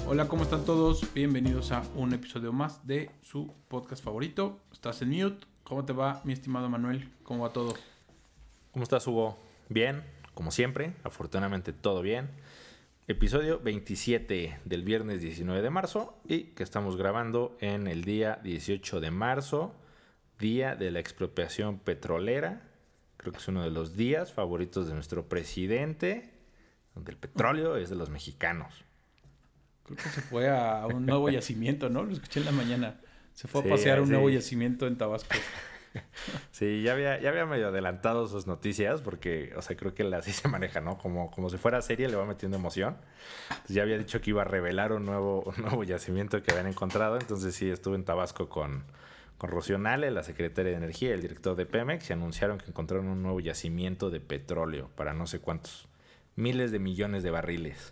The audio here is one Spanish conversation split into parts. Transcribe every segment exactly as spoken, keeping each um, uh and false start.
Hola, ¿cómo están todos? Bienvenidos a un episodio más de su podcast favorito. Estás en mute. ¿Cómo te va, mi estimado Manuel? ¿Cómo va todo? ¿Cómo estás, Hugo? Bien, como siempre, afortunadamente todo bien. Episodio veintisiete del viernes diecinueve de marzo y que estamos grabando en el día dieciocho de marzo, día de la expropiación petrolera. Creo que es uno de los días favoritos de nuestro presidente, donde el petróleo es de los mexicanos. Creo que se fue a un nuevo yacimiento, ¿no? Lo escuché en la mañana. Se fue Sí, a pasear a un sí. nuevo yacimiento en Tabasco. Sí, ya había, ya había medio adelantado sus noticias porque, o sea, creo que él así se maneja, ¿no? Como, como si fuera serie, le va metiendo emoción. Entonces ya había dicho que iba a revelar un nuevo, un nuevo yacimiento que habían encontrado. Entonces sí, estuve en Tabasco con, con Rocío Nale, la secretaria de Energía, el director de Pemex, y anunciaron que encontraron un nuevo yacimiento de petróleo para no sé cuántos miles de millones de barriles.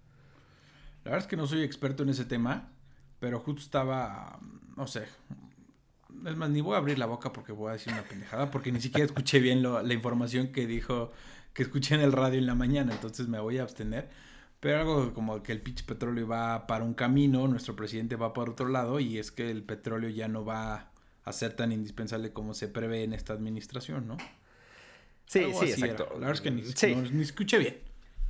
La verdad es que no soy experto en ese tema, pero justo estaba, no sé, es más, ni voy a abrir la boca porque voy a decir una pendejada, porque ni siquiera escuché bien lo, la información que dijo, que escuché en el radio en la mañana, entonces me voy a abstener. Pero algo como que el pinche petróleo va para un camino, nuestro presidente va para otro lado, y es que el petróleo ya no va a ser tan indispensable como se prevé en esta administración, ¿no? Sí, Algo sí, así exacto. era. La verdad es que ni, Sí. no, ni escuché bien.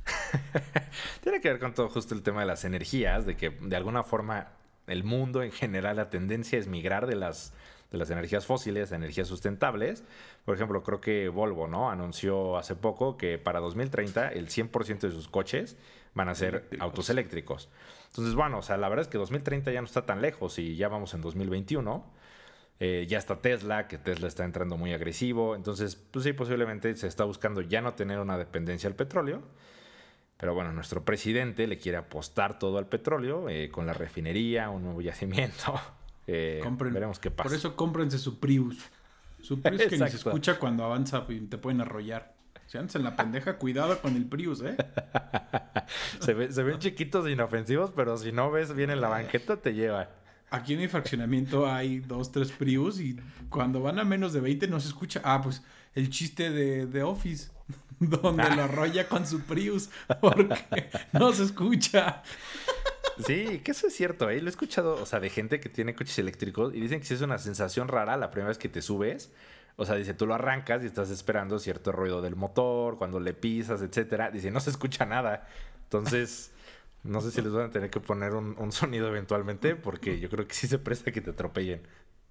Tiene que ver con todo justo el tema de las energías, de que de alguna forma el mundo en general, la tendencia es migrar de las, de las energías fósiles a energías sustentables. Por ejemplo, creo que Volvo, ¿no?, anunció hace poco que para dos mil treinta el cien por ciento de sus coches van a ser Eléctricos. autos eléctricos. Entonces, bueno, o sea, la verdad es que dos mil treinta ya no está tan lejos y ya vamos en dos mil veintiuno. Eh, ya está Tesla, que Tesla está entrando muy agresivo. Entonces, pues sí, posiblemente se está buscando ya no tener una dependencia al petróleo. Pero bueno, nuestro presidente le quiere apostar todo al petróleo eh, con la refinería, un nuevo yacimiento. Eh, Compren, veremos qué pasa. por eso cómprense su Prius. Su Prius que ni se Exacto. escucha cuando avanza y te pueden arrollar. Si andas en la pendeja, cuidado con el Prius, ¿eh? se, ve, se ven chiquitos e inofensivos, pero si no ves bien en la banqueta, te llevan. Aquí en mi fraccionamiento hay dos, tres Prius y cuando van a menos de veinte no se escucha. Ah, pues el chiste de, de Office, donde lo arrolla con su Prius, porque no se escucha. Sí, que eso es cierto, ¿eh? Lo he escuchado, o sea, de gente que tiene coches eléctricos y dicen que sí es una sensación rara la primera vez que te subes. O sea, dice, tú lo arrancas y estás esperando cierto ruido del motor, cuando le pisas, etcétera. Dice, no se escucha nada. Entonces, no sé si les van a tener que poner un, un sonido eventualmente, porque yo creo que sí se presta que te atropellen.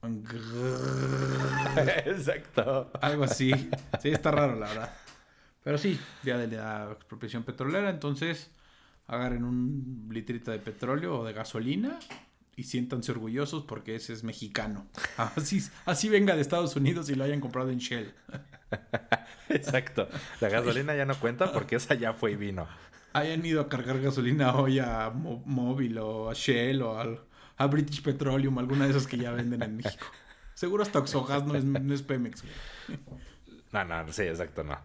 Exacto. Algo así. Sí, está raro, la verdad. Pero sí, día de la expropiación petrolera, entonces agarren un litrito de petróleo o de gasolina y siéntanse orgullosos porque ese es mexicano. Así, así venga de Estados Unidos y lo hayan comprado en Shell. Exacto. La gasolina ya no cuenta porque esa ya fue y vino. Hayan ido a cargar gasolina hoy a Mo- Móvil o a Shell o al, a British Petroleum, alguna de esas que ya venden en México. Seguro hasta Oxogas no es, no es Pemex, güey. No, no, sí, exacto, no.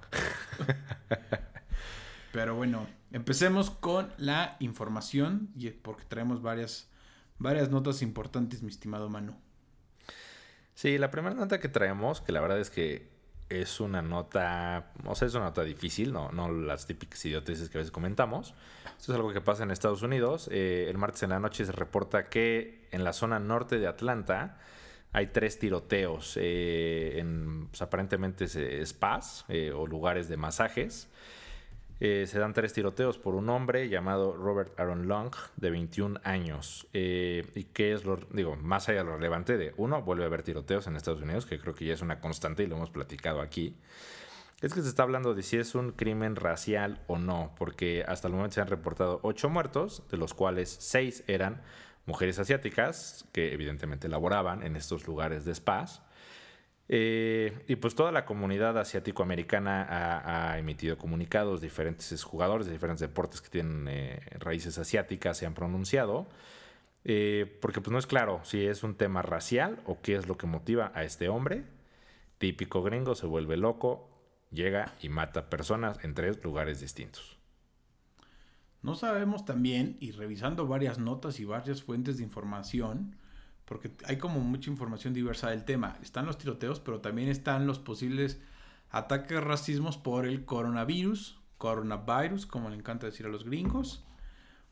Pero bueno, empecemos con la información, y porque traemos varias, varias notas importantes, mi estimado Manu. Sí, la primera nota que traemos, que la verdad es que es una nota, o sea, es una nota difícil, no, no las típicas idioteces que a veces comentamos. Esto es algo que pasa en Estados Unidos. Eh, el martes en la noche se reporta que en la zona norte de Atlanta hay tres tiroteos eh, en, pues, aparentemente spas eh, o lugares de masajes. Eh, se dan tres tiroteos por un hombre llamado Robert Aaron Long, de veintiún años. Eh, ¿Y qué es lo, digo, más allá de lo relevante de, uno, vuelve a haber tiroteos en Estados Unidos, que creo que ya es una constante y lo hemos platicado aquí? Es que se está hablando de si es un crimen racial o no, porque hasta el momento se han reportado ocho muertos, de los cuales seis eran mujeres asiáticas, que evidentemente laboraban en estos lugares de spas. Eh, y pues toda la comunidad asiático-americana ha, ha emitido comunicados. Diferentes jugadores de diferentes deportes que tienen eh, raíces asiáticas se han pronunciado, eh, porque pues no es claro si es un tema racial o qué es lo que motiva a este hombre. Típico gringo, se vuelve loco, llega y mata personas en tres lugares distintos. No sabemos también, y revisando varias notas y varias fuentes de información, porque hay como mucha información diversa del tema. Están los tiroteos, pero también están los posibles ataques racismos por el coronavirus, coronavirus, como le encanta decir a los gringos,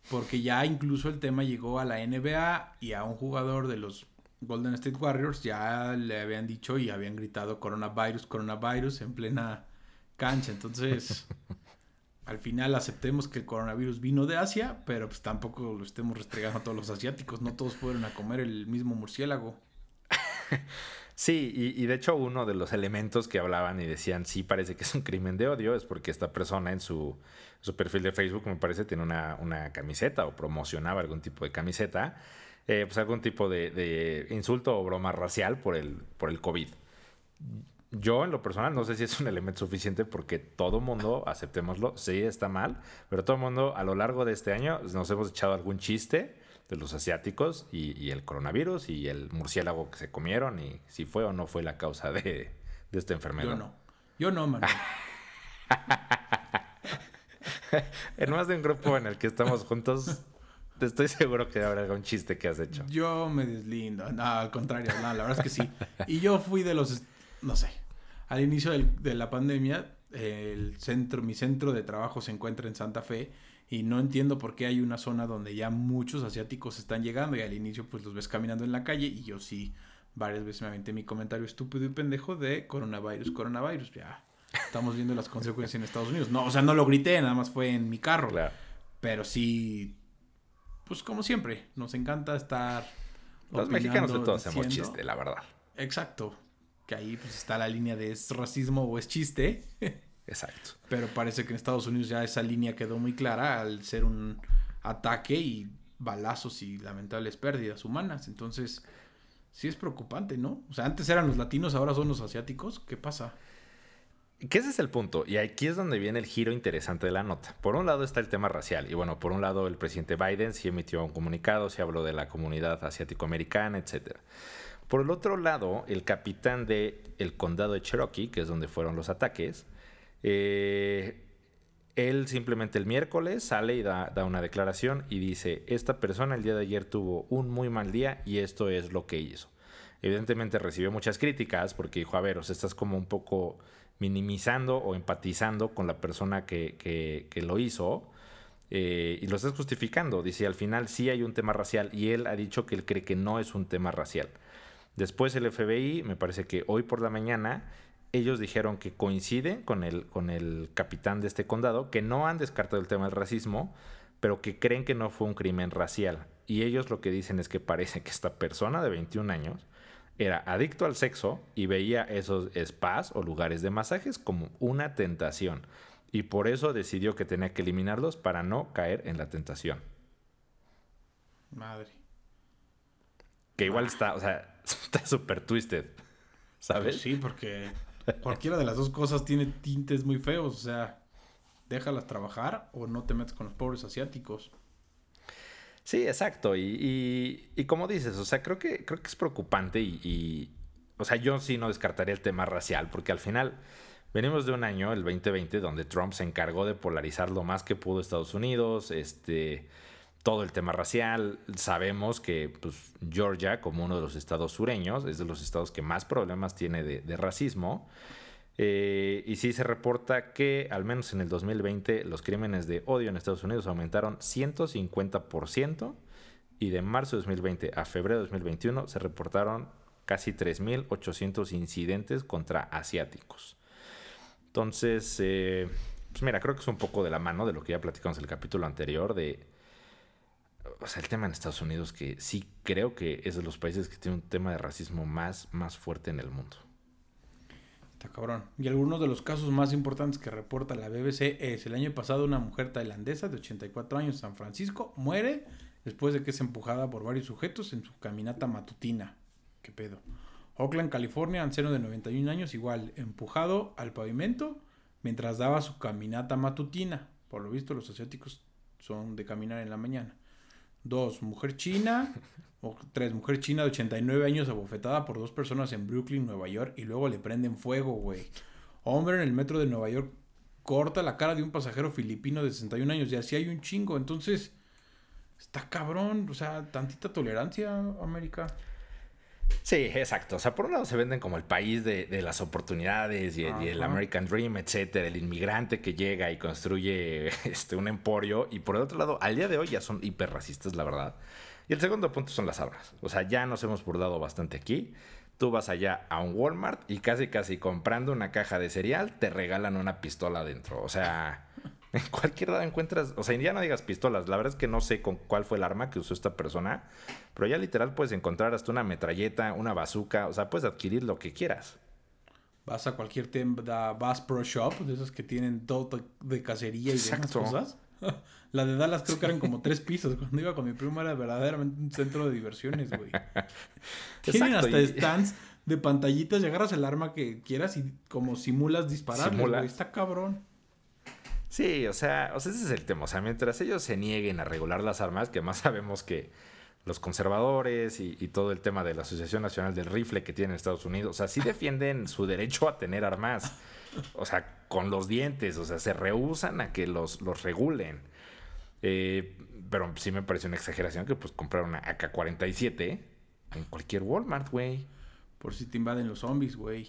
porque ya incluso el tema llegó a la N B A y a un jugador de los Golden State Warriors ya le habían dicho y habían gritado coronavirus, coronavirus en plena cancha. Entonces, al final aceptemos que el coronavirus vino de Asia, pero pues tampoco lo estemos restregando a todos los asiáticos. No todos fueron a comer el mismo murciélago. Sí, y, y de hecho uno de los elementos que hablaban y decían sí parece que es un crimen de odio es porque esta persona en su, su perfil de Facebook, me parece, tiene una, una camiseta o promocionaba algún tipo de camiseta, eh, pues algún tipo de, de insulto o broma racial por el, por el COVID. Yo, en lo personal, no sé si es un elemento suficiente porque todo mundo, aceptémoslo, sí está mal, pero todo mundo a lo largo de este año nos hemos echado algún chiste de los asiáticos y, y el coronavirus y el murciélago que se comieron y si fue o no fue la causa de, de esta enfermedad. Yo no. Yo no, Manuel. En más de un grupo en el que estamos juntos, te estoy seguro que habrá algún chiste que has hecho. Yo me deslindo. No, al contrario, no, la verdad es que sí. Y yo fui de los, no sé, al inicio del, de la pandemia, el centro, mi centro de trabajo se encuentra en Santa Fe y no entiendo por qué hay una zona donde ya muchos asiáticos están llegando y al inicio pues los ves caminando en la calle y yo sí varias veces me aventé mi comentario estúpido y pendejo de coronavirus, coronavirus, ya estamos viendo las consecuencias en Estados Unidos. No, o sea, no lo grité, nada más fue en mi carro. Claro. Pero sí, pues como siempre, nos encanta estar Los mexicanos de todos hacemos chiste, la verdad. Exacto. Que ahí pues está la línea de es racismo o es chiste. Exacto. Pero parece que en Estados Unidos ya esa línea quedó muy clara al ser un ataque y balazos y lamentables pérdidas humanas. Entonces, sí es preocupante, ¿no? O sea, antes eran los latinos, ahora son los asiáticos. ¿Qué pasa? Que ese es el punto. Y aquí es donde viene el giro interesante de la nota. Por un lado está el tema racial. Y bueno, por un lado el presidente Biden sí emitió un comunicado, sí habló de la comunidad asiático-americana, etcétera. Por el otro lado, el capitán del condado de Cherokee, que es donde fueron los ataques, eh, él simplemente el miércoles sale y da, da una declaración y dice, esta persona el día de ayer tuvo un muy mal día y esto es lo que hizo. Evidentemente recibió muchas críticas porque dijo, a ver, o sea, estás como un poco minimizando o empatizando con la persona que, que, que lo hizo eh, y lo estás justificando. Dice, al final sí hay un tema racial y él ha dicho que él cree que no es un tema racial. Después el F B I, me parece que hoy por la mañana, ellos dijeron que coinciden con el, con el capitán de este condado, que no han descartado el tema del racismo, pero que creen que no fue un crimen racial. Y ellos lo que dicen es que parece que esta persona de veintiún años era adicto al sexo y veía esos spas o lugares de masajes como una tentación. Y por eso decidió que tenía que eliminarlos para no caer en la tentación. Madre. Que igual está, o sea, está súper twisted, ¿sabes? Pues sí, porque cualquiera de las dos cosas tiene tintes muy feos. O sea, déjalas trabajar o no te metes con los pobres asiáticos. Sí, exacto. Y, y, y como dices, o sea, creo que, creo que es preocupante y, y, o sea, yo sí no descartaría el tema racial, porque al final venimos de un año, el veinte veinte, donde Trump se encargó de polarizar lo más que pudo Estados Unidos, este... todo el tema racial. Sabemos que pues, Georgia, como uno de los estados sureños, es de los estados que más problemas tiene de, de racismo. Eh, y sí se reporta que, al menos en el dos mil veinte, los crímenes de odio en Estados Unidos aumentaron ciento cincuenta por ciento. Y de marzo de dos mil veinte a febrero de dos mil veintiuno se reportaron casi tres mil ochocientos incidentes contra asiáticos. Entonces, eh, pues mira, creo que es un poco de la mano de lo que ya platicamos en el capítulo anterior de... O sea, el tema en Estados Unidos, que sí creo que es de los países que tiene un tema de racismo más, más fuerte en el mundo. Está cabrón. Y algunos de los casos más importantes que reporta la B B C es el año pasado una mujer tailandesa de ochenta y cuatro años en San Francisco muere después de que es empujada por varios sujetos en su caminata matutina. ¿Qué pedo? Oakland, California, anciano de noventa y un años, igual, empujado al pavimento mientras daba su caminata matutina. Por lo visto, los asiáticos son de caminar en la mañana. Dos, mujer china, o tres, mujer china de ochenta y nueve años abofetada por dos personas en Brooklyn, Nueva York, y luego le prenden fuego, güey. Hombre en el metro de Nueva York corta la cara de un pasajero filipino de sesenta y un años, y así hay un chingo. Entonces, está cabrón, o sea, tantita tolerancia, América. Sí, exacto. O sea, por un lado se venden como el país de, de las oportunidades y, y el American Dream, etcétera, el inmigrante que llega y construye este, un emporio. Y por el otro lado, al día de hoy ya son hiperracistas, la verdad. Y el segundo punto son las armas. O sea, ya nos hemos burlado bastante aquí. Tú vas allá a un Walmart y casi casi comprando una caja de cereal te regalan una pistola adentro. O sea, en cualquier lado encuentras... O sea, ya no digas pistolas. La verdad es que no sé con cuál fue el arma que usó esta persona. Pero ya literal puedes encontrar hasta una metralleta, una bazooka. O sea, puedes adquirir lo que quieras. Vas a cualquier tienda Bass Pro Shop, de esas que tienen todo de cacería y demás cosas. La de Dallas creo que eran como tres pisos. Cuando iba con mi primo era verdaderamente un centro de diversiones, güey. Tienen hasta y... stands de pantallitas y agarras el arma que quieras y como simulas dispararle, güey. Está cabrón. Sí, o sea, o sea, ese es el tema. O sea, mientras ellos se nieguen a regular las armas, que más sabemos que los conservadores y, y todo el tema de la Asociación Nacional del Rifle que tiene en Estados Unidos, o sea, sí defienden su derecho a tener armas. O sea, con los dientes. O sea, se rehúsan a que los, los regulen. Eh, pero sí me pareció una exageración que pues comprar una A K cuarenta y siete en cualquier Walmart, güey. Por si te invaden los zombies, güey.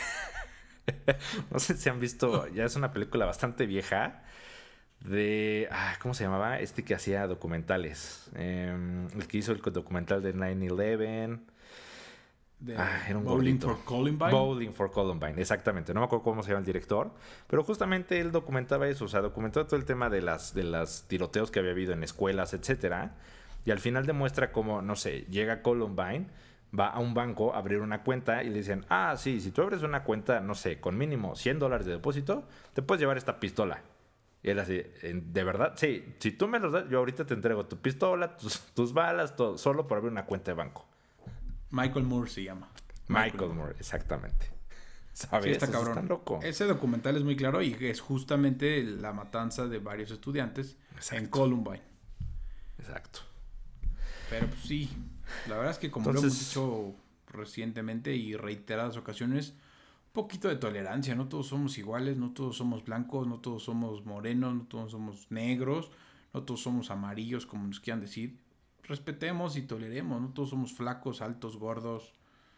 No sé si han visto, ya es una película bastante vieja de... Ah, ¿cómo se llamaba? Este que hacía documentales. Eh, el que hizo el documental de nueve once. De ah, era un Bowling gordito. for Columbine. Bowling for Columbine, exactamente. No me acuerdo cómo se llama el director, pero justamente él documentaba eso, o sea, documentó todo el tema de las de las tiroteos que había habido en escuelas, etcétera. Y al final demuestra cómo, no sé, llega Columbine, va a un banco a abrir una cuenta y le dicen, ah, sí, si tú abres una cuenta, no sé, con mínimo cien dólares de depósito, te puedes llevar esta pistola. Y él así, ¿de verdad? Sí, si tú me los das, yo ahorita te entrego tu pistola, tus, tus balas, todo, solo por abrir una cuenta de banco. Michael Moore se llama. Michael, Michael Moore. Moore, exactamente. ¿Sabes? Sí, está cabrón. Está loco. Ese documental es muy claro y es justamente la matanza de varios estudiantes Exacto. en Columbine. Exacto. Pero pues sí, la verdad es que como Entonces, lo hemos dicho recientemente y reiteradas ocasiones, un poquito de tolerancia. No todos somos iguales, no todos somos blancos, no todos somos morenos, no todos somos negros, no todos somos amarillos, como nos quieran decir. Respetemos y toleremos, no todos somos flacos, altos, gordos.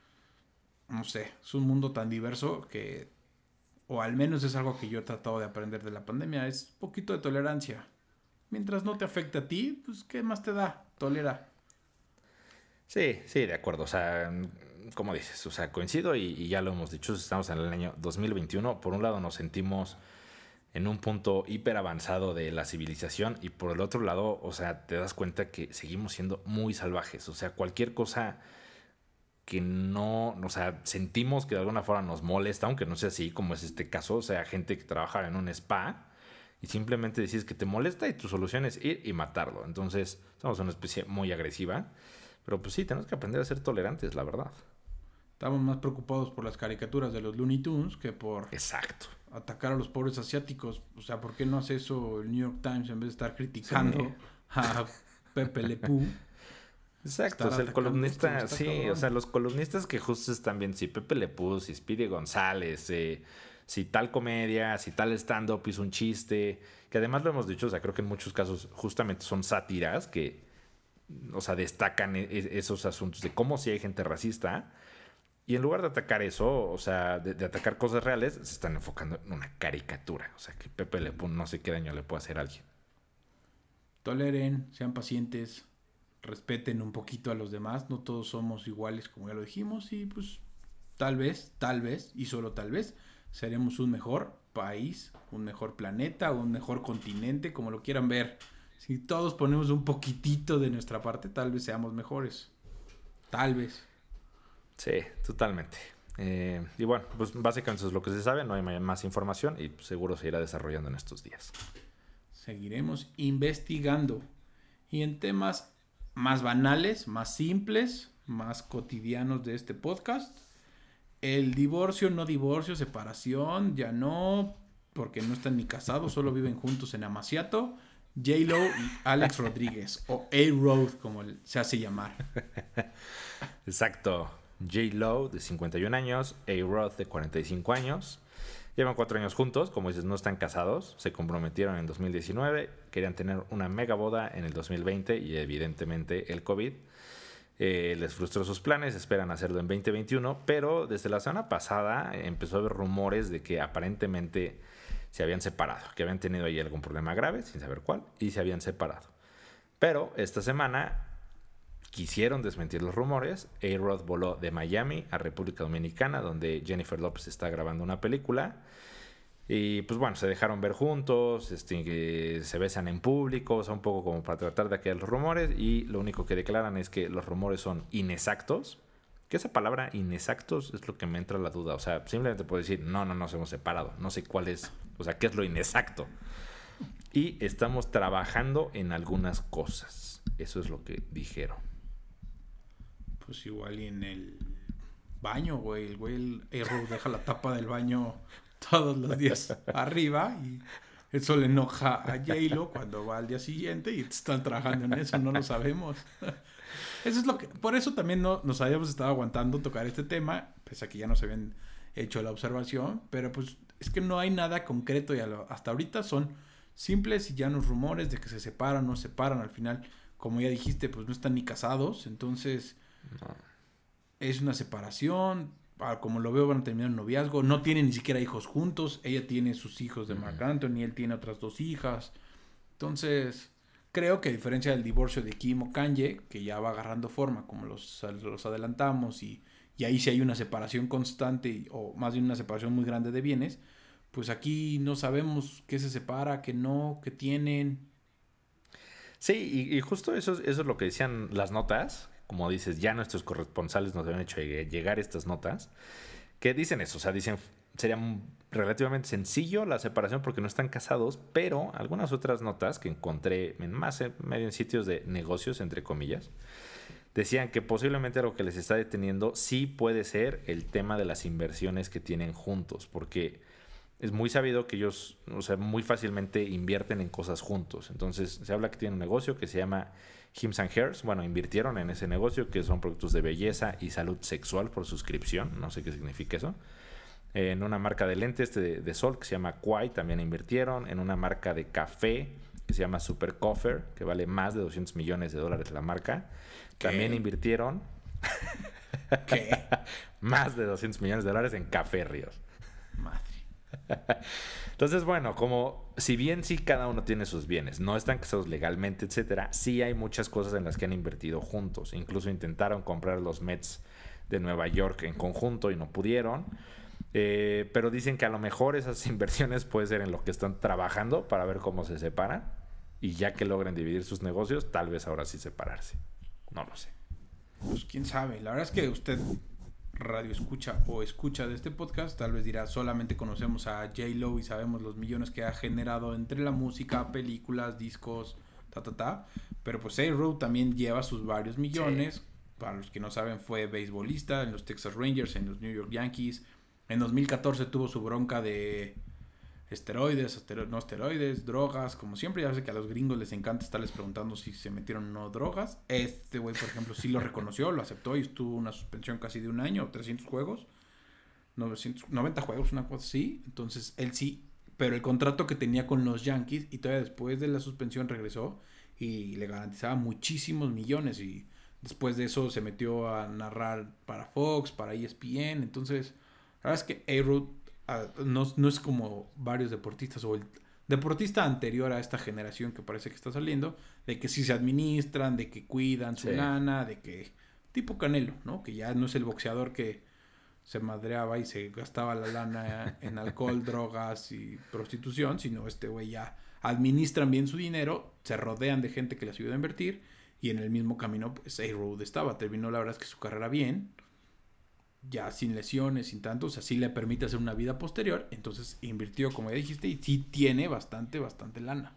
No sé, es un mundo tan diverso que, o al menos es algo que yo he tratado de aprender de la pandemia, es un poquito de tolerancia. Mientras no te afecte a ti, pues ¿qué más te da? Tolera. Sí, sí, de acuerdo. O sea, como dices, o sea, coincido y, y ya lo hemos dicho, estamos en el año dos mil veintiuno. Por un lado nos sentimos en un punto hiper avanzado de la civilización y por el otro lado, o sea, te das cuenta que seguimos siendo muy salvajes. O sea, cualquier cosa que no, o sea, sentimos que de alguna forma nos molesta, aunque no sea así, como es este caso, o sea, gente que trabaja en un spa y simplemente decides que te molesta y tu solución es ir y matarlo. Entonces, somos una especie muy agresiva, pero pues sí, tenemos que aprender a ser tolerantes, la verdad. Estamos más preocupados por las caricaturas de los Looney Tunes que por... Exacto. Atacar a los pobres asiáticos. O sea, ¿por qué no hace eso el New York Times en vez de estar criticando sí. a Pepe Le Pew? Exacto, o sea, el columnista, esto, sí, cabrón. O sea, los columnistas que justo están bien, si Pepe Le Pew, si Speedy González, eh, si tal comedia, si tal stand-up hizo un chiste, que además lo hemos dicho, o sea, creo que en muchos casos justamente son sátiras que, o sea, destacan esos asuntos de cómo si hay gente racista. Y en lugar de atacar eso, o sea, de, de atacar cosas reales, se están enfocando en una caricatura. O sea, que Pepe Le Pew no sé qué daño le puede hacer a alguien. Toleren, sean pacientes, respeten un poquito a los demás. No todos somos iguales, como ya lo dijimos. Y pues, tal vez, tal vez, y solo tal vez, seremos un mejor país, un mejor planeta, un mejor continente, como lo quieran ver. Si todos ponemos un poquitito de nuestra parte, tal vez seamos mejores. Tal vez. Sí, totalmente. Eh, y bueno, pues básicamente eso es lo que se sabe, no hay más información y seguro se irá desarrollando en estos días. Seguiremos investigando. Y en temas más banales, más simples, más cotidianos de este podcast, el divorcio, no divorcio, separación, ya no, porque no están ni casados, solo viven juntos en Amaciato, J-Lo y Alex Rodríguez, o A-Rod, como se hace llamar. Exacto. J-Lo de cincuenta y un años, A-Rod de cuarenta y cinco años. Llevan cuatro años juntos, como dices, no están casados. Se comprometieron en dos mil diecinueve, querían tener una mega boda en el dos mil veinte y evidentemente el COVID Eh, les frustró sus planes, esperan hacerlo en veinte veintiuno, pero desde la semana pasada empezó a haber rumores de que aparentemente se habían separado, que habían tenido ahí algún problema grave, sin saber cuál, y se habían separado. Pero esta semana quisieron desmentir los rumores. A-Rod voló de Miami a República Dominicana, donde Jennifer Lopez está grabando una película. Y pues bueno, se dejaron ver juntos, este, se besan en público, o sea, un poco como para tratar de aclarar los rumores. Y lo único que declaran es que los rumores son inexactos. Que esa palabra inexactos es lo que me entra la duda. O sea, simplemente puedo decir, no, no nos hemos separado. No sé cuál es, o sea, qué es lo inexacto. Y estamos trabajando en algunas cosas. Eso es lo que dijeron. Pues igual y en el baño, güey. El güey, el A-Rod deja la tapa del baño todos los días arriba y eso le enoja a J-Lo cuando va al día siguiente y están trabajando en eso, no lo sabemos. Eso es lo que, por eso también no, nos habíamos estado aguantando tocar este tema, pese a que ya nos habían hecho la observación, pero pues es que no hay nada concreto y lo, hasta ahorita son simples y llanos rumores de que se separan, no se separan, al final, como ya dijiste, pues no están ni casados, entonces no. Es una separación. Como lo veo, van a terminar un noviazgo. No tienen ni siquiera hijos juntos. Ella tiene sus hijos de Marc Anthony. Él tiene otras dos hijas. Entonces, creo que a diferencia del divorcio de Kim o Kanye, que ya va agarrando forma, como los, los adelantamos, y, y ahí sí hay una separación constante, o más bien una separación muy grande de bienes, pues aquí no sabemos qué se separa, qué no, qué tienen. Sí, y, y justo eso, eso es lo que decían las notas. Como dices, ya nuestros corresponsales nos habían hecho llegar estas notas que dicen eso, o sea, dicen sería relativamente sencillo la separación porque no están casados, pero algunas otras notas que encontré en más medio en sitios de negocios, entre comillas, decían que posiblemente algo que les está deteniendo sí puede ser el tema de las inversiones que tienen juntos, porque es muy sabido que ellos, o sea, muy fácilmente invierten en cosas juntos. Entonces, se habla que tienen un negocio que se llama Hims and Hers. Bueno, invirtieron en ese negocio, que son productos de belleza y salud sexual por suscripción. No sé qué significa eso. En una marca de lentes de, de sol que se llama Quai también invirtieron. En una marca de café que se llama Super Coffee, que vale más de doscientos millones de dólares la marca. ¿Qué? También invirtieron ¿Qué? más de doscientos millones de dólares en Café Ríos. Madre. Entonces, bueno, como si bien sí cada uno tiene sus bienes, no están casados legalmente, etcétera, sí hay muchas cosas en las que han invertido juntos. Incluso intentaron comprar los Mets de Nueva York en conjunto y no pudieron. Eh, pero dicen que a lo mejor esas inversiones puede ser en lo que están trabajando para ver cómo se separan. Y ya que logren dividir sus negocios, tal vez ahora sí separarse. No lo sé. Pues quién sabe. La verdad es que usted radio escucha o escucha de este podcast, tal vez dirá, solamente conocemos a J-Lo y sabemos los millones que ha generado entre la música, películas, discos, ta, ta, ta. Pero pues A-Rod también lleva sus varios millones. Sí. Para los que no saben, fue beisbolista en los Texas Rangers, en los New York Yankees. En dos mil catorce tuvo su bronca de esteroides, estero- no esteroides, drogas, como siempre. Ya sé que a los gringos les encanta estarles preguntando si se metieron o no drogas. Este güey, por ejemplo, sí lo reconoció, lo aceptó y estuvo una suspensión casi de un año, trescientos juegos, novecientos noventa juegos, una cosa así. Entonces, él sí, pero el contrato que tenía con los Yankees y todavía después de la suspensión regresó y le garantizaba muchísimos millones y después de eso se metió a narrar para Fox, para E S P N. Entonces, la verdad es que A-Rod uh, no, no es como varios deportistas o el deportista anterior a esta generación que parece que está saliendo, de que sí se administran, de que cuidan su sí. lana, de que tipo Canelo, ¿no? Que ya no es el boxeador que se madreaba y se gastaba la lana en alcohol, drogas y prostitución, sino este güey ya administran bien su dinero, se rodean de gente que les ayuda a invertir y en el mismo camino pues A-Rod estaba, terminó la verdad es que su carrera bien, ya sin lesiones, sin tanto, o sea, sí le permite hacer una vida posterior, entonces invirtió, como ya dijiste, y sí tiene bastante, bastante lana.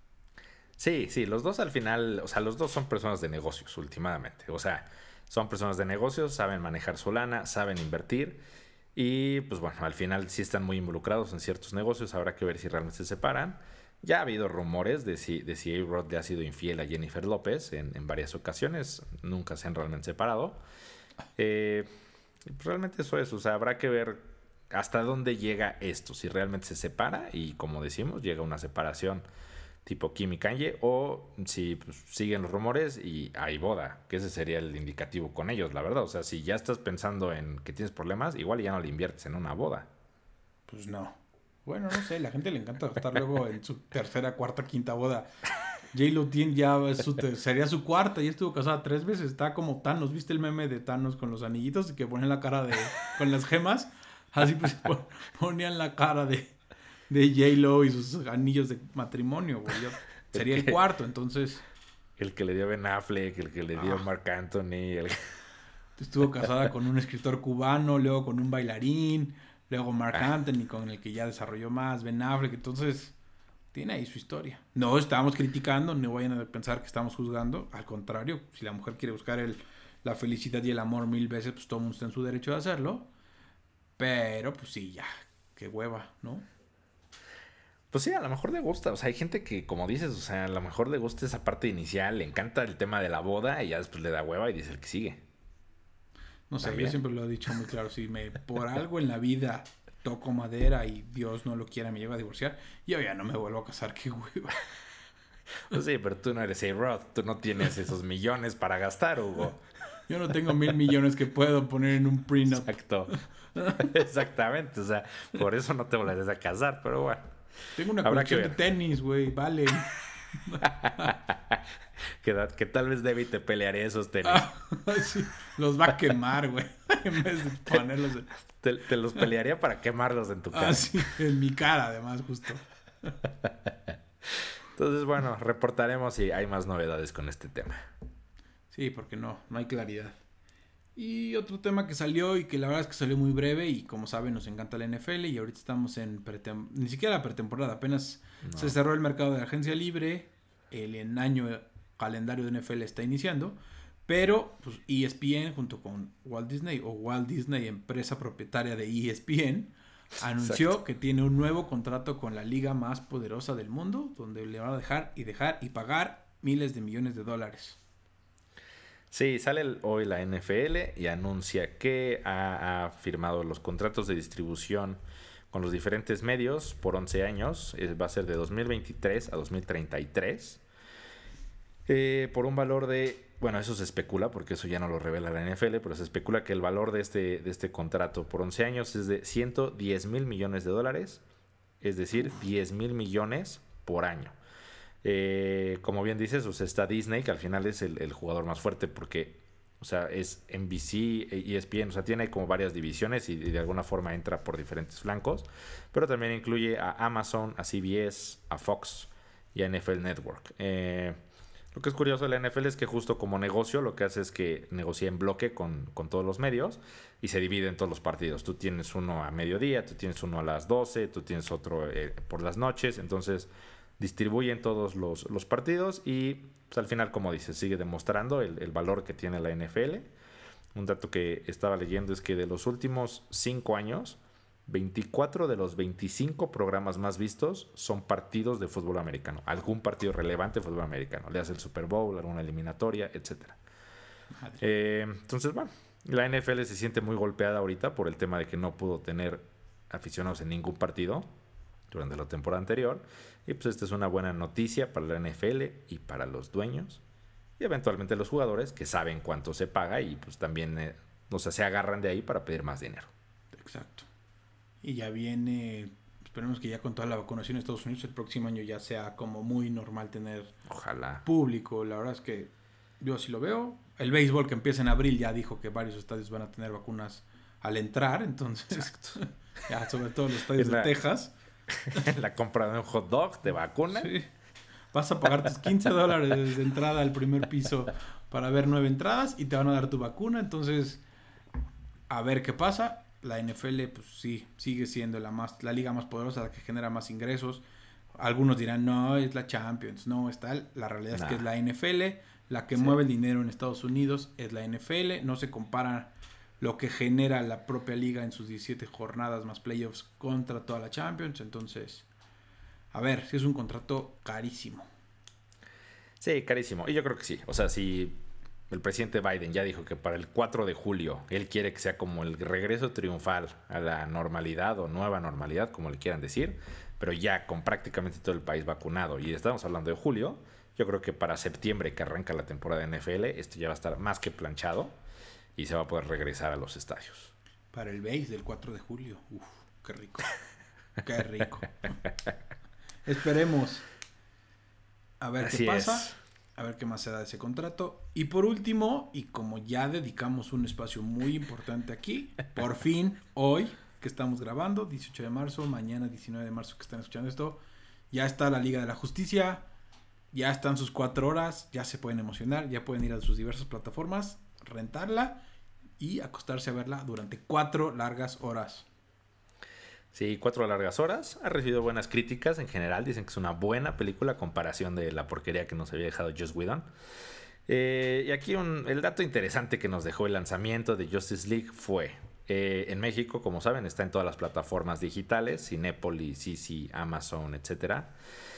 Sí, sí, los dos al final, o sea, los dos son personas de negocios, últimamente, o sea, son personas de negocios, saben manejar su lana, saben invertir, y pues bueno, al final sí están muy involucrados en ciertos negocios, habrá que ver si realmente se separan. Ya ha habido rumores de si, de si A-Rod le ha sido infiel a Jennifer López en, en varias ocasiones, nunca se han realmente separado. Eh... Pues realmente eso es, o sea, habrá que ver hasta dónde llega esto, si realmente se separa y como decimos, llega una separación tipo Kim y Kanye, o si pues, siguen los rumores y hay boda, que ese sería el indicativo con ellos, la verdad. O sea, si ya estás pensando en que tienes problemas, igual ya no le inviertes en una boda. Pues no. Bueno, no sé, la gente le encanta gastar luego en su tercera, cuarta, quinta boda. J-Lo tiene ya su ter- sería su cuarta, ya estuvo casada tres veces. Está como Thanos, ¿viste el meme de Thanos con los anillitos que ponen la cara de con las gemas? Así pues pon- ponían la cara de, de J-Lo y sus anillos de matrimonio, güey. Ya sería el cuarto, entonces. El que le dio Ben Affleck, el que le dio Ah. Marc Anthony. El... Estuvo casada con un escritor cubano, luego con un bailarín, luego Marc Ah. Anthony, con el que ya desarrolló más, Ben Affleck. Entonces, tiene ahí su historia. No estamos criticando, no vayan a pensar que estamos juzgando. Al contrario, si la mujer quiere buscar el, la felicidad y el amor mil veces, pues todo el mundo está en su derecho de hacerlo. Pero, pues sí, ya, qué hueva, ¿no? Pues sí, a lo mejor le gusta. O sea, hay gente que, como dices, o sea, a lo mejor le gusta esa parte inicial, le encanta el tema de la boda y ya después le da hueva y dice el que sigue. No sé, También. yo siempre lo he dicho muy claro. Si me por algo en la vida toco madera y Dios no lo quiera, me lleva a divorciar, yo ya no me vuelvo a casar, qué hueva. Pues sí, pero tú no eres A-Rod, tú no tienes esos millones para gastar, Hugo. Yo no tengo mil millones que puedo poner en un prenup. Exacto. Exactamente, o sea, por eso no te volverás a casar, pero bueno. Tengo una Habrá que colección de ver. tenis, güey, vale. que, da- que tal vez David te pelearía esos tenis. Ah, sí, los va a quemar, güey. En vez de ponerlos en... Te, te los pelearía para quemarlos en tu cara. Ah, sí, en mi cara, además, justo. Entonces, bueno, reportaremos si hay más novedades con este tema. Sí, porque no, no hay claridad. Y otro tema que salió y que la verdad es que salió muy breve y como saben nos encanta la N F L y ahorita estamos en pretem- ni siquiera pretemporada, apenas No. se cerró el mercado de la agencia libre, el en año calendario de N F L está iniciando, pero pues, E S P N junto con Walt Disney o Walt Disney, empresa propietaria de E S P N, anunció Exacto. que tiene un nuevo contrato con la liga más poderosa del mundo, donde le van a dejar y dejar y pagar miles de millones de dólares. Sí, sale el- hoy la N F L y anuncia que ha, ha firmado los contratos de distribución con los diferentes medios por once años. Eh, va a ser de dos mil veintitrés a dos mil treinta y tres. Eh, por un valor de... Bueno, eso se especula porque eso ya no lo revela la N F L, pero se especula que el valor de este, de este contrato por once años es de ciento diez mil millones de dólares. Es decir, diez mil millones por año. Eh, como bien dices, o sea, está Disney, que al final es el, el jugador más fuerte porque, o sea, es N B C, E S P N, o sea, tiene como varias divisiones y, y de alguna forma entra por diferentes flancos, pero también incluye a Amazon, a C B S, a Fox y a N F L Network. Eh, lo que es curioso de la N F L es que justo como negocio lo que hace es que negocia en bloque con, con todos los medios y se divide en todos los partidos. Tú tienes uno a mediodía, tú tienes uno a las doce, tú tienes otro eh, por las noches, entonces distribuyen todos los, los partidos y pues, al final, como dices, sigue demostrando el, el valor que tiene la N F L. Un dato que estaba leyendo es que de los últimos cinco años, veinticuatro de los veinticinco programas más vistos son partidos de fútbol americano. Algún partido relevante de fútbol americano. Le hace el Super Bowl, alguna eliminatoria, etcétera. Eh, entonces, bueno, la N F L se siente muy golpeada ahorita por el tema de que no pudo tener aficionados en ningún partido durante la temporada anterior. Y pues esta es una buena noticia para la N F L y para los dueños y eventualmente los jugadores que saben cuánto se paga y pues también eh, o sea, se agarran de ahí para pedir más dinero. Exacto. Y ya viene, esperemos que ya con toda la vacunación en Estados Unidos el próximo año ya sea como muy normal tener Ojalá. público. La verdad es que yo así lo veo. El béisbol que empieza en abril ya dijo que varios estadios van a tener vacunas al entrar, entonces Exacto. ya sobre todo los estadios Es de la- Texas. La compra de un hot dog te vacuna. Sí. Vas a pagar tus quince dólares de entrada al primer piso para ver nueve entradas y te van a dar tu vacuna. Entonces, a ver qué pasa. La N F L, pues sí, sigue siendo la más, la liga más poderosa, la que genera más ingresos. Algunos dirán, no, es la Champions. No, está. La realidad Nah. es que es la N F L. La que Sí. mueve el dinero en Estados Unidos es la N F L. No se compara lo que genera la propia liga en sus diecisiete jornadas más playoffs contra toda la Champions. Entonces, a ver, si es un contrato carísimo. Sí, carísimo. Y yo creo que sí. O sea, si el presidente Biden ya dijo que para el cuatro de julio él quiere que sea como el regreso triunfal a la normalidad o nueva normalidad, como le quieran decir, pero ya con prácticamente todo el país vacunado, y estamos hablando de julio, yo creo que para septiembre, que arranca la temporada de N F L, esto ya va a estar más que planchado y se va a poder regresar a los estadios. Para el base del cuatro de julio. Uf, qué rico. Qué rico. Esperemos. A ver Así qué pasa. Es. A ver qué más se da de ese contrato. Y por último, y como ya dedicamos un espacio muy importante aquí, por fin, hoy que estamos grabando, dieciocho de marzo, mañana diecinueve de marzo que están escuchando esto, ya está la Liga de la Justicia, ya están sus cuatro horas, ya se pueden emocionar, ya pueden ir a sus diversas plataformas, rentarla y acostarse a verla durante cuatro largas horas. Sí, cuatro largas horas. Ha recibido buenas críticas en general. Dicen que es una buena película a comparación de la porquería que nos había dejado Joss Whedon. Eh, y aquí un, el dato interesante que nos dejó el lanzamiento de Justice League fue... Eh, en México, como saben, está en todas las plataformas digitales, Cinépolis, Sisi, Amazon, etcétera.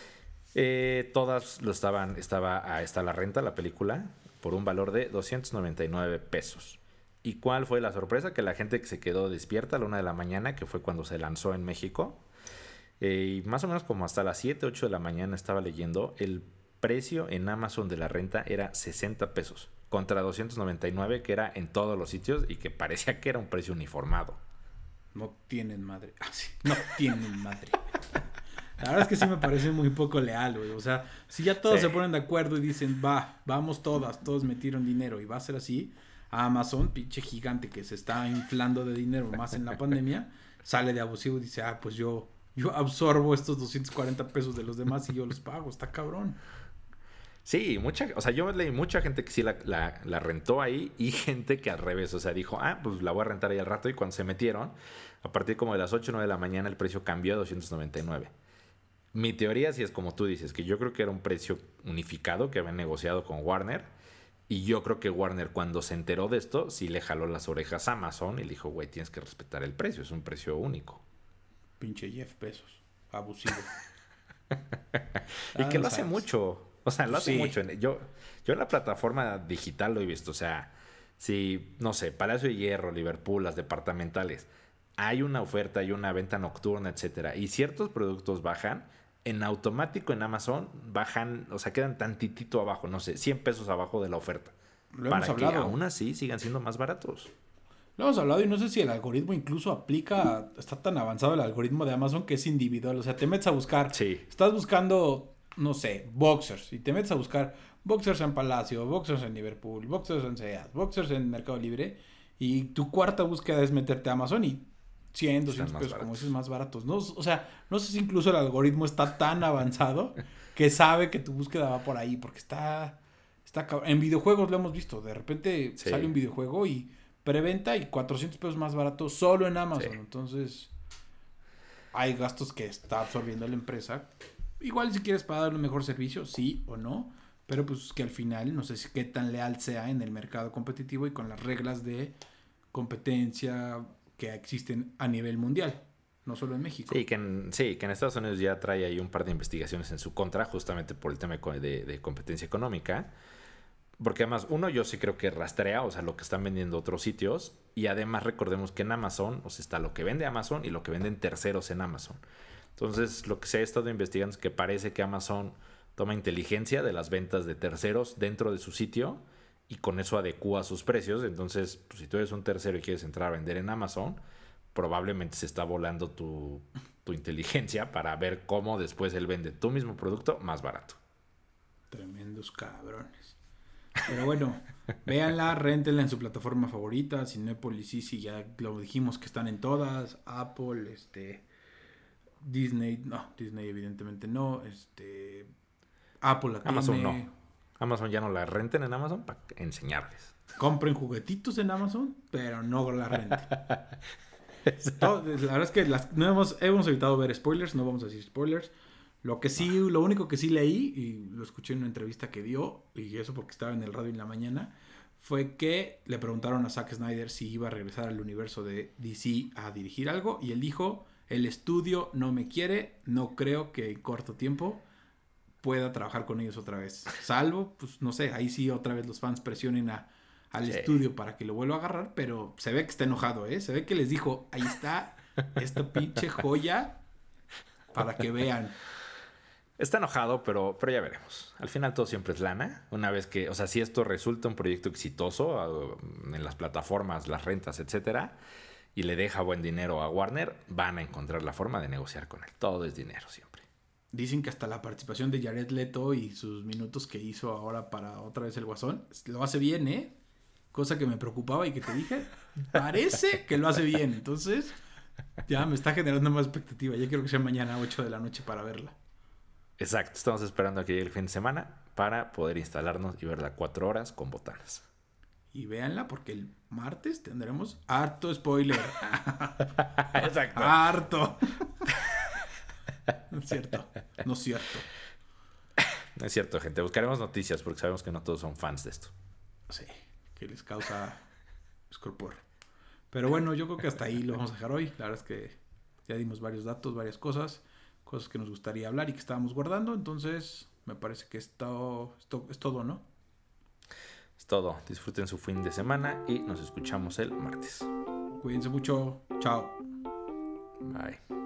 Eh, todas lo estaban, estaba a esta la renta, la película, por un valor de doscientos noventa y nueve pesos. ¿Y cuál fue la sorpresa? Que la gente que se quedó despierta a la una de la mañana, que fue cuando se lanzó en México, eh, y más o menos como hasta las siete, ocho de la mañana estaba leyendo, el precio en Amazon de la renta era sesenta pesos, contra doscientos noventa y nueve que era en todos los sitios y que parecía que era un precio uniformado. No tienen madre. Ah, sí, no tienen madre. La verdad es que sí me parece muy poco leal, güey. O sea, si ya todos sí. se ponen de acuerdo y dicen, va, vamos todas, todos metieron dinero y va a ser así, Amazon, pinche gigante que se está inflando de dinero más en la pandemia, sale de abusivo y dice, ah, pues yo, yo absorbo estos doscientos cuarenta pesos de los demás y yo los pago, está cabrón. Sí, mucha, o sea, yo leí mucha gente que sí la, la, la rentó ahí y gente que al revés, o sea, dijo, ah, pues la voy a rentar ahí al rato, y cuando se metieron, a partir como de las ocho o nueve de la mañana el precio cambió a doscientos noventa y nueve. Mi teoría sí es como tú dices, que yo creo que era un precio unificado que habían negociado con Warner, y yo creo que Warner cuando se enteró de esto sí le jaló las orejas a Amazon y le dijo, güey, tienes que respetar el precio, es un precio único. Pinche Jeff Bezos, abusivo. Y que lo hace mucho. O sea, lo hace sí. mucho. Yo, yo en la plataforma digital lo he visto. O sea, si, no sé, Palacio de Hierro, Liverpool, las departamentales, hay una oferta, hay una venta nocturna, etcétera, y ciertos productos bajan, en automático en Amazon bajan, o sea, quedan tantitito abajo, no sé, cien pesos abajo de la oferta. Lo para hemos que hablado. aún así sigan siendo más baratos. Lo hemos hablado y no sé si el algoritmo incluso aplica, está tan avanzado el algoritmo de Amazon que es individual. O sea, te metes a buscar, sí. estás buscando, no sé, boxers, y te metes a buscar boxers en Palacio, boxers en Liverpool, boxers en Seat, boxers en Mercado Libre, y tu cuarta búsqueda es meterte a Amazon y cien, doscientos pesos, como dices, más baratos. No, o sea, no sé si incluso el algoritmo está tan avanzado que sabe que tu búsqueda va por ahí, porque está, está en videojuegos lo hemos visto, de repente sí. sale un videojuego y preventa y cuatrocientos pesos más barato solo en Amazon. Sí. Entonces, hay gastos que está absorbiendo la empresa. Igual si quieres para darle un mejor servicio, sí o no, pero pues que al final no sé si qué tan leal sea en el mercado competitivo y con las reglas de competencia que existen a nivel mundial, no solo en México. Sí, que en, sí, que en Estados Unidos ya trae ahí un par de investigaciones en su contra, justamente por el tema de, de competencia económica. Porque además, uno, yo sí creo que rastrea, o sea, lo que están vendiendo otros sitios. Y además recordemos que en Amazon, o sea, está lo que vende Amazon y lo que venden terceros en Amazon. Entonces, lo que se ha estado investigando es que parece que Amazon toma inteligencia de las ventas de terceros dentro de su sitio y con eso adecúa sus precios. Entonces, pues, si tú eres un tercero y quieres entrar a vender en Amazon, probablemente se está volando tu, tu inteligencia para ver cómo después él vende tu mismo producto más barato. Tremendos cabrones. Pero bueno, véanla, réntenla en su plataforma favorita, Cinépolis, Sisi, ya lo dijimos que están en todas, Apple, este, Disney, no, Disney evidentemente no, este, Apple la Amazon tiene. no. Amazon ya no la renten en Amazon para enseñarles. Compren juguetitos en Amazon, pero no la renten. Todo, la verdad es que las, no hemos, hemos evitado ver spoilers, no vamos a decir spoilers. Lo que sí, lo único que sí leí, y lo escuché en una entrevista que dio, y eso porque estaba en el radio en la mañana, fue que le preguntaron a Zack Snyder si iba a regresar al universo de D C a dirigir algo, y él dijo, el estudio no me quiere, no creo que en corto tiempo pueda trabajar con ellos otra vez. Salvo, pues no sé, ahí sí otra vez los fans presionen a, al sí. estudio para que lo vuelva a agarrar, pero se ve que está enojado, ¿eh? Se ve que les dijo, ahí está esta pinche joya, para que vean. Está enojado, pero, pero ya veremos. Al final todo siempre es lana. Una vez que, o sea, si esto resulta un proyecto exitoso en las plataformas, las rentas, etcétera, y le deja buen dinero a Warner, van a encontrar la forma de negociar con él. Todo es dinero siempre. Dicen que hasta la participación de Jared Leto y sus minutos que hizo ahora para otra vez el Guasón, lo hace bien, ¿eh? Cosa que me preocupaba y que te dije, parece que lo hace bien. Entonces, ya me está generando más expectativa. Ya quiero que sea mañana a ocho de la noche para verla. Exacto, estamos esperando a que llegue el fin de semana para poder instalarnos y verla cuatro horas con botanas. Y véanla porque el martes tendremos harto spoiler. Exacto. Harto. No es cierto, no es cierto. No es cierto, gente. Buscaremos noticias porque sabemos que no todos son fans de esto. Sí, que les causa escorpor. Pero bueno, yo creo que hasta ahí lo vamos a dejar hoy. La verdad es que ya dimos varios datos, varias cosas. Cosas que nos gustaría hablar y que estábamos guardando. Entonces, me parece que esto, esto es todo, ¿no? Es todo. Disfruten su fin de semana y nos escuchamos el martes. Cuídense mucho. Chao. Bye.